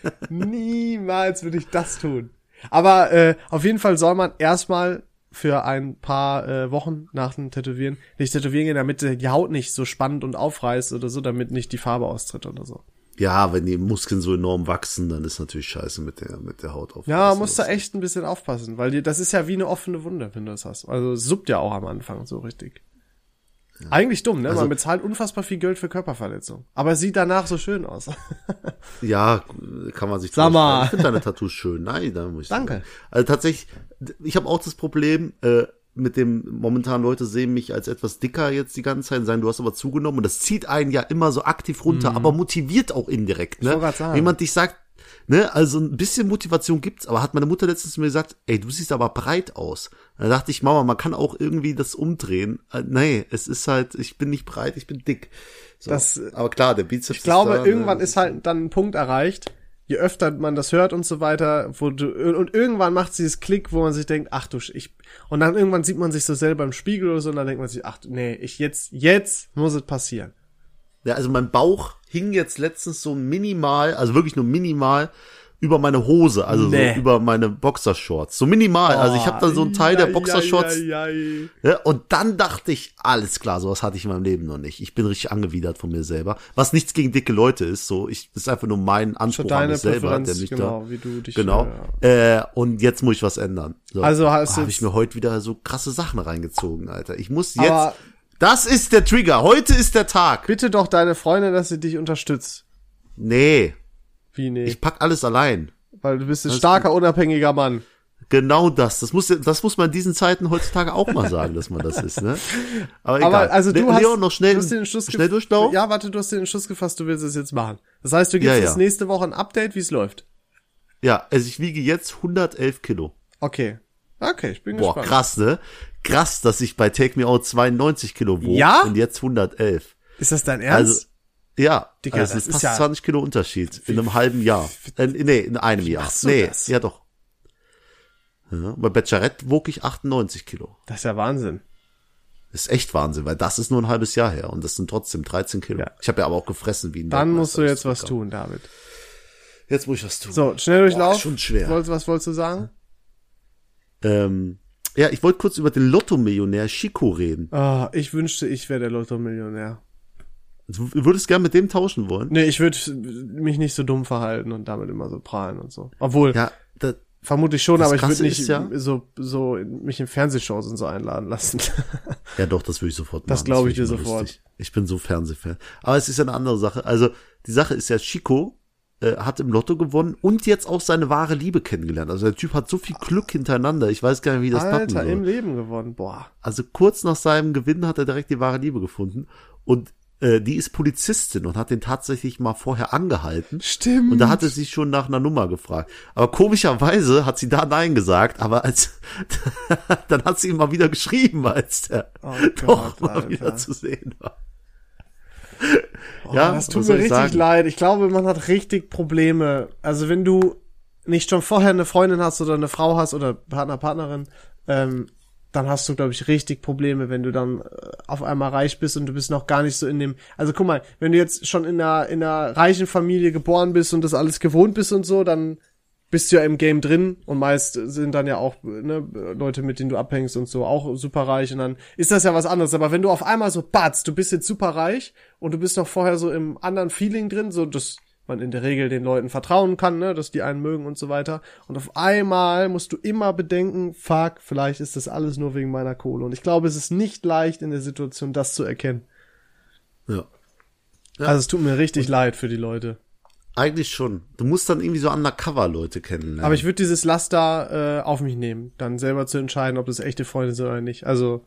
Niemals würde ich das tun. Aber auf jeden Fall soll man erstmal für ein paar Wochen nach dem Tätowieren nicht tätowieren gehen, damit die Haut nicht so spannend und aufreißt oder so, damit nicht die Farbe austritt oder so. Ja, wenn die Muskeln so enorm wachsen, dann ist natürlich scheiße mit der Haut auf. Ja, man muss da echt ein bisschen aufpassen, weil das ist ja wie eine offene Wunde, wenn du das hast. Also es suppt ja auch am Anfang so richtig. Ja. Eigentlich dumm, ne? Also, man bezahlt unfassbar viel Geld für Körperverletzung. Aber es sieht danach so schön aus. Ja, kann man sich Sag mal. Ich finde deine Tattoos schön. Nein, da muss ich Danke. sagen. Also tatsächlich, ich habe auch das Problem, mit dem, momentan Leute sehen mich als etwas dicker jetzt die ganze Zeit, sagen, du hast aber zugenommen und das zieht einen ja immer so aktiv runter, aber motiviert auch indirekt, ne? Wenn jemand dich sagt, ne, also ein bisschen Motivation gibt's, aber hat meine Mutter letztens zu mir gesagt, ey, du siehst aber breit aus. Da dachte ich, Mama, man kann auch irgendwie das umdrehen. Nee, es ist halt, ich bin nicht breit, ich bin dick. So. Aber klar, der Bizeps ich glaube, da, irgendwann ist halt dann ein Punkt erreicht, je öfter man das hört und so weiter, und irgendwann macht dieses Klick, wo man sich denkt, ach du, und dann irgendwann sieht man sich so selber im Spiegel oder so, und dann denkt man sich, ach nee, jetzt muss es passieren. Ja, also mein Bauch hing jetzt letztens so minimal, also wirklich nur minimal, über meine Hose, also so über meine Boxershorts. So minimal, also ich habe da so einen Teil der Boxershorts. Ja, und dann dachte ich, alles klar, sowas hatte ich in meinem Leben noch nicht. Ich bin richtig angewidert von mir selber. Was nichts gegen dicke Leute ist, so das ist einfach nur mein Anspruch an mich selber, der mich genau, wie du dich. Genau. Und jetzt muss ich was ändern. So. Also habe ich mir heute wieder so krasse Sachen reingezogen, Alter. Ich muss jetzt. Das ist der Trigger. Heute ist der Tag. Bitte doch deine Freundin, dass sie dich unterstützt. Nee. Wie nee? Ich pack alles allein. Weil du bist ein starker, unabhängiger Mann. Genau das. Das muss man in diesen Zeiten heutzutage auch mal sagen, dass man das ist, ne? Aber egal. Aber also du Leon, noch schnell Durchlauf? Ja, warte, du hast den Entschluss gefasst, du willst es jetzt machen. Das heißt, du gibst jetzt nächste Woche ein Update, wie es läuft. Ja, also ich wiege jetzt 111 Kilo. Okay, ich bin gespannt. Boah, krass, ne? Krass, dass ich bei Take Me Out 92 Kilo wog und jetzt 111. Ist das dein Ernst? Also, ja, Digga, also es ist fast 20 Kilo Unterschied in einem halben Jahr. In einem Jahr. Das? Ja doch. Ja, bei Bachelorette wog ich 98 Kilo. Das ist ja Wahnsinn. Das ist echt Wahnsinn, weil das ist nur ein halbes Jahr her und das sind trotzdem 13 Kilo. Ja. Ich habe ja aber auch gefressen wie ein Dann musst du jetzt was tun, David. Jetzt muss ich was tun. So, Schnelldurchlauf. Schon schwer. Was wolltest du sagen? Ja, ich wollte kurz über den Lotto-Millionär Chico reden. Oh, ich wünschte, ich wäre der Lotto-Millionär. Du würdest gern mit dem tauschen wollen? Nee, ich würde mich nicht so dumm verhalten und damit immer so prahlen und so. Obwohl, vermutlich schon, aber ich würde nicht so mich in Fernsehshows und so einladen lassen. Ja doch, das würde ich sofort machen. Das glaube ich dir sofort. Lustig. Ich bin so Fernsehfan. Aber es ist ja eine andere Sache. Also, die Sache ist ja, Chico hat im Lotto gewonnen und jetzt auch seine wahre Liebe kennengelernt. Also der Typ hat so viel Glück hintereinander. Ich weiß gar nicht, wie das packen soll. Alter, im Leben gewonnen. Boah. Also kurz nach seinem Gewinn hat er direkt die wahre Liebe gefunden und die ist Polizistin und hat den tatsächlich mal vorher angehalten. Stimmt. Und da hatte sie schon nach einer Nummer gefragt. Aber komischerweise hat sie da Nein gesagt, aber dann hat sie ihm mal wieder geschrieben, als der doch mal wieder zu sehen war. Ja, das tut mir richtig leid. Ich glaube, man hat richtig Probleme. Also wenn du nicht schon vorher eine Freundin hast oder eine Frau hast oder Partnerin, dann hast du, glaube ich, richtig Probleme, wenn du dann auf einmal reich bist und du bist noch gar nicht so in dem, also guck mal, wenn du jetzt schon in einer reichen Familie geboren bist und das alles gewohnt bist und so, dann bist du ja im Game drin und meist sind dann ja auch Leute, mit denen du abhängst und so, auch super reich und dann ist das ja was anderes. Aber wenn du auf einmal so du bist jetzt super reich und du bist noch vorher so im anderen Feeling drin, so dass man in der Regel den Leuten vertrauen kann, ne, dass die einen mögen und so weiter. Und auf einmal musst du immer bedenken, fuck, vielleicht ist das alles nur wegen meiner Kohle. Und ich glaube, es ist nicht leicht in der Situation, das zu erkennen. Ja. Also es tut mir richtig leid für die Leute. Eigentlich schon. Du musst dann irgendwie so Undercover-Leute kennenlernen. Aber ich würde dieses Laster auf mich nehmen, dann selber zu entscheiden, ob das echte Freunde sind oder nicht. Also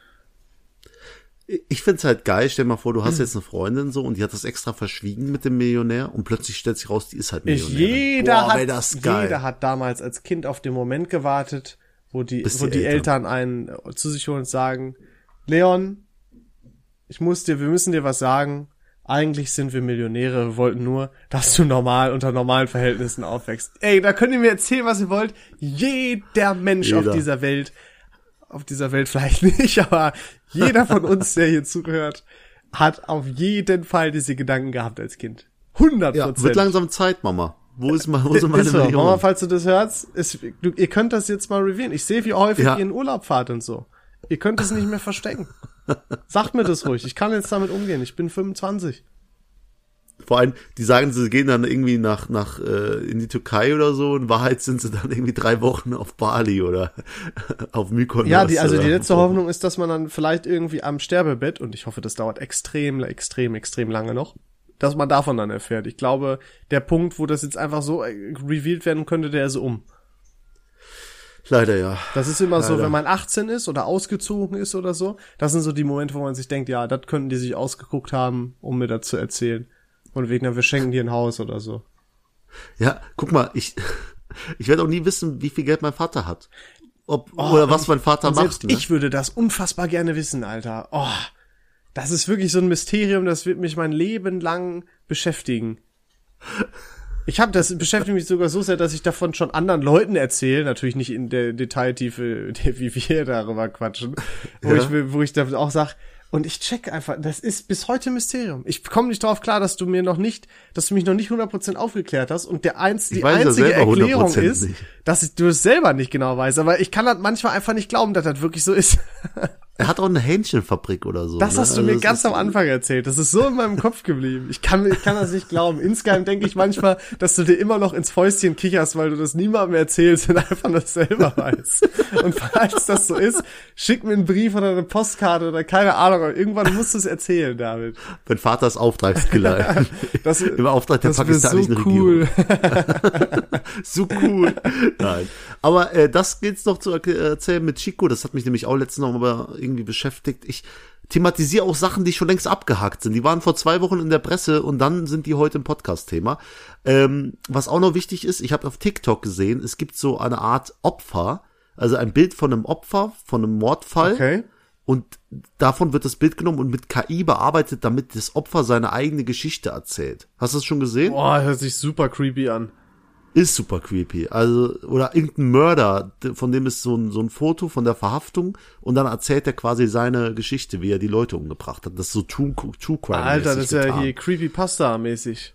ich find's halt geil, stell dir mal vor, du hast jetzt eine Freundin so und die hat das extra verschwiegen mit dem Millionär und plötzlich stellt sich raus, die ist halt Millionär. Jeder hat damals als Kind auf den Moment gewartet, wo die Eltern einen zu sich holen und sagen, Leon, wir müssen dir was sagen, eigentlich sind wir Millionäre, wir wollten nur, dass du unter normalen Verhältnissen aufwächst. Ey, da könnt ihr mir erzählen, was ihr wollt. Jeder Mensch auf dieser Welt vielleicht nicht, aber jeder von uns, der hier zuhört, hat auf jeden Fall diese Gedanken gehabt als Kind. 100%. Ja, wird langsam Zeit, Mama. Wo sind meine Millionen? Mama, falls du das hörst, ihr könnt das jetzt mal revealen. Ich sehe, wie häufig ihr in Urlaub fahrt und so. Ihr könnt es nicht mehr verstecken. Sagt mir das ruhig. Ich kann jetzt damit umgehen. Ich bin 25. Vor allem, die sagen, sie gehen dann irgendwie nach in die Türkei oder so. In Wahrheit sind sie dann irgendwie 3 Wochen auf Bali oder auf Mykonos. Ja, die letzte Hoffnung ist, dass man dann vielleicht irgendwie am Sterbebett, und ich hoffe, das dauert extrem lange noch, dass man davon dann erfährt. Ich glaube, der Punkt, wo das jetzt einfach so revealed werden könnte, der ist um. Leider ja. Das ist immer so, wenn man 18 ist oder ausgezogen ist oder so. Das sind so die Momente, wo man sich denkt, ja, das könnten die sich ausgeguckt haben, um mir das zu erzählen. Und wegen, wir schenken dir ein Haus oder so. Ja, guck mal, ich werde auch nie wissen, wie viel Geld mein Vater hat. Oder was mein Vater macht. Ne? Ich würde das unfassbar gerne wissen, Alter. Oh, das ist wirklich so ein Mysterium, das wird mich mein Leben lang beschäftigen. Das beschäftigt mich sogar so sehr, dass ich davon schon anderen Leuten erzähle, natürlich nicht in der Detailtiefe, wie wir darüber quatschen, wo ich dann auch sag, und ich check einfach, das ist bis heute ein Mysterium. Ich komme nicht darauf klar, dass du mich noch nicht 100% aufgeklärt hast, und die einzige Erklärung ist, dass du es selber nicht genau weißt, aber ich kann das manchmal einfach nicht glauben, dass das wirklich so ist. Er hat auch eine Hähnchenfabrik oder so. Das hast du mir ganz am Anfang erzählt. Das ist so in meinem Kopf geblieben. Ich kann das nicht glauben. Insgeheim denke ich manchmal, dass du dir immer noch ins Fäustchen kicherst, weil du das niemandem erzählst und einfach nur selber weißt. Und falls das so ist, schick mir einen Brief oder eine Postkarte oder keine Ahnung. Aber irgendwann musst du es erzählen, David. Mein Vater ist Auftragsgeleiter. Im Auftrag der pakistanischen Regierung. So cool. Nein. Aber das geht's noch zu erzählen mit Chico. Das hat mich nämlich auch letztens noch mal irgendwie beschäftigt. Ich thematisiere auch Sachen, die schon längst abgehakt sind. Die waren vor 2 Wochen in der Presse und dann sind die heute im Podcast-Thema. Was auch noch wichtig ist, ich habe auf TikTok gesehen, es gibt so eine Art Opfer, also ein Bild von einem Opfer, von einem Mordfall. Okay. Und davon wird das Bild genommen und mit KI bearbeitet, damit das Opfer seine eigene Geschichte erzählt. Hast du das schon gesehen? Boah, hört sich super creepy an. Ist super creepy. Also, oder irgendein Mörder, von dem ist so ein Foto von der Verhaftung und dann erzählt er quasi seine Geschichte, wie er die Leute umgebracht hat. Das ist so True Crime. Alter, das ist ja hier Creepypasta-mäßig.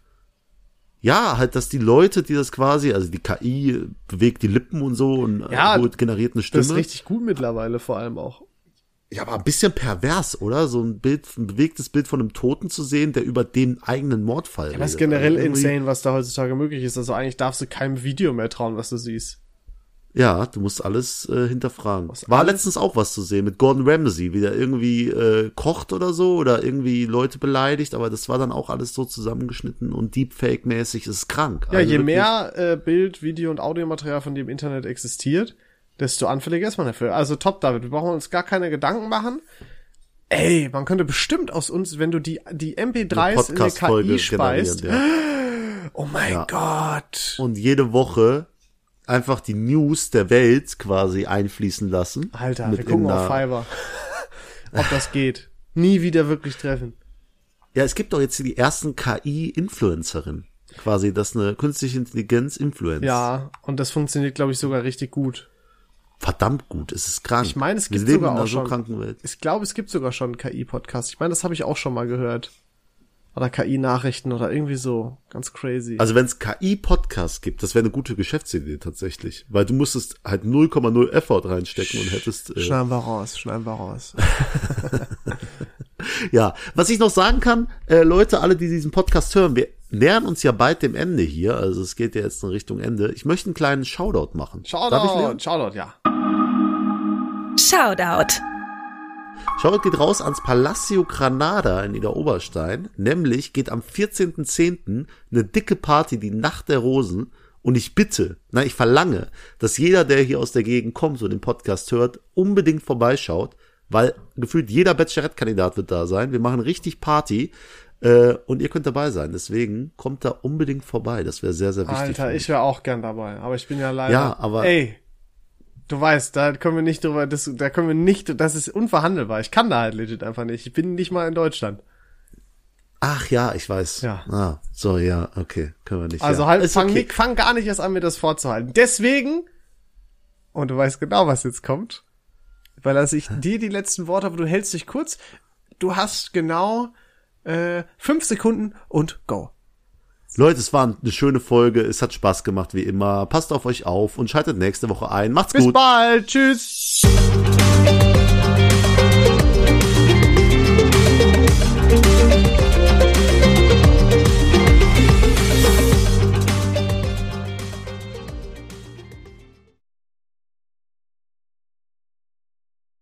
Ja, halt, dass die Leute, die das quasi, also die KI bewegt die Lippen und so und generiert eine Stimme. Das ist richtig gut mittlerweile vor allem auch. Ja, aber ein bisschen pervers, oder? So ein bewegtes Bild von einem Toten zu sehen, der über den eigenen Mordfall redet. Das ist generell insane, was da heutzutage möglich ist. Also eigentlich darfst du keinem Video mehr trauen, was du siehst. Ja, du musst alles hinterfragen. War letztens auch was zu sehen mit Gordon Ramsay, wie der irgendwie kocht oder so oder irgendwie Leute beleidigt, aber das war dann auch alles so zusammengeschnitten und Deepfake-mäßig, ist krank. Ja, also je mehr Bild, Video und Audiomaterial von dem Internet existiert, desto anfälliger ist man dafür. Also top, David, wir brauchen uns gar keine Gedanken machen. Ey, man könnte bestimmt aus uns, wenn du die MP3s in der KI speist. Ja. Oh mein Gott. Und jede Woche einfach die News der Welt quasi einfließen lassen. Alter, wir gucken auf Fiverr, ob das geht. Nie wieder wirklich treffen. Ja, es gibt doch jetzt die ersten KI-Influencerinnen. Quasi, das eine künstliche Intelligenz Influencer. Ja, und das funktioniert, glaube ich, sogar richtig gut. Verdammt gut, es ist krank. Ich meine, es gibt sogar auch schon. Ich glaube, es gibt sogar schon einen KI-Podcast. Ich meine, das habe ich auch schon mal gehört. Oder KI-Nachrichten oder irgendwie so. Ganz crazy. Also wenn es KI-Podcasts gibt, das wäre eine gute Geschäftsidee tatsächlich. Weil du musstest halt 0,0 Effort reinstecken und hättest... Schneiden wir raus. Ja, was ich noch sagen kann, Leute, alle, die diesen Podcast hören, wir nähern uns ja bald dem Ende hier. Also es geht ja jetzt in Richtung Ende. Ich möchte einen kleinen Shoutout machen. Shoutout, ja. Shoutout. Shoutout geht raus ans Palacio Granada in Niederoberstein. Nämlich geht am 14.10. eine dicke Party, die Nacht der Rosen. Und ich verlange, dass jeder, der hier aus der Gegend kommt und den Podcast hört, unbedingt vorbeischaut. Weil gefühlt jeder Bachelorette-Kandidat wird da sein. Wir machen richtig Party. Und ihr könnt dabei sein. Deswegen kommt da unbedingt vorbei. Das wäre sehr, sehr wichtig. Alter, ich wäre auch gern dabei. Aber ich bin ja leider... Ja, aber... Ey, du weißt, da können wir nicht drüber... das ist unverhandelbar. Ich kann da halt legit einfach nicht. Ich bin nicht mal in Deutschland. Ach ja, ich weiß. Ja. Ah, so, ja, okay, können wir nicht. Also ja. halt, fang gar nicht erst an, mir das vorzuhalten. Deswegen, und du weißt genau, was jetzt kommt, weil ich dir die letzten Worte, aber du hältst dich kurz, du hast genau 5 Sekunden und go. Leute, es war eine schöne Folge, es hat Spaß gemacht wie immer. Passt auf euch auf und schaltet nächste Woche ein. Macht's gut. Bis bald, tschüss.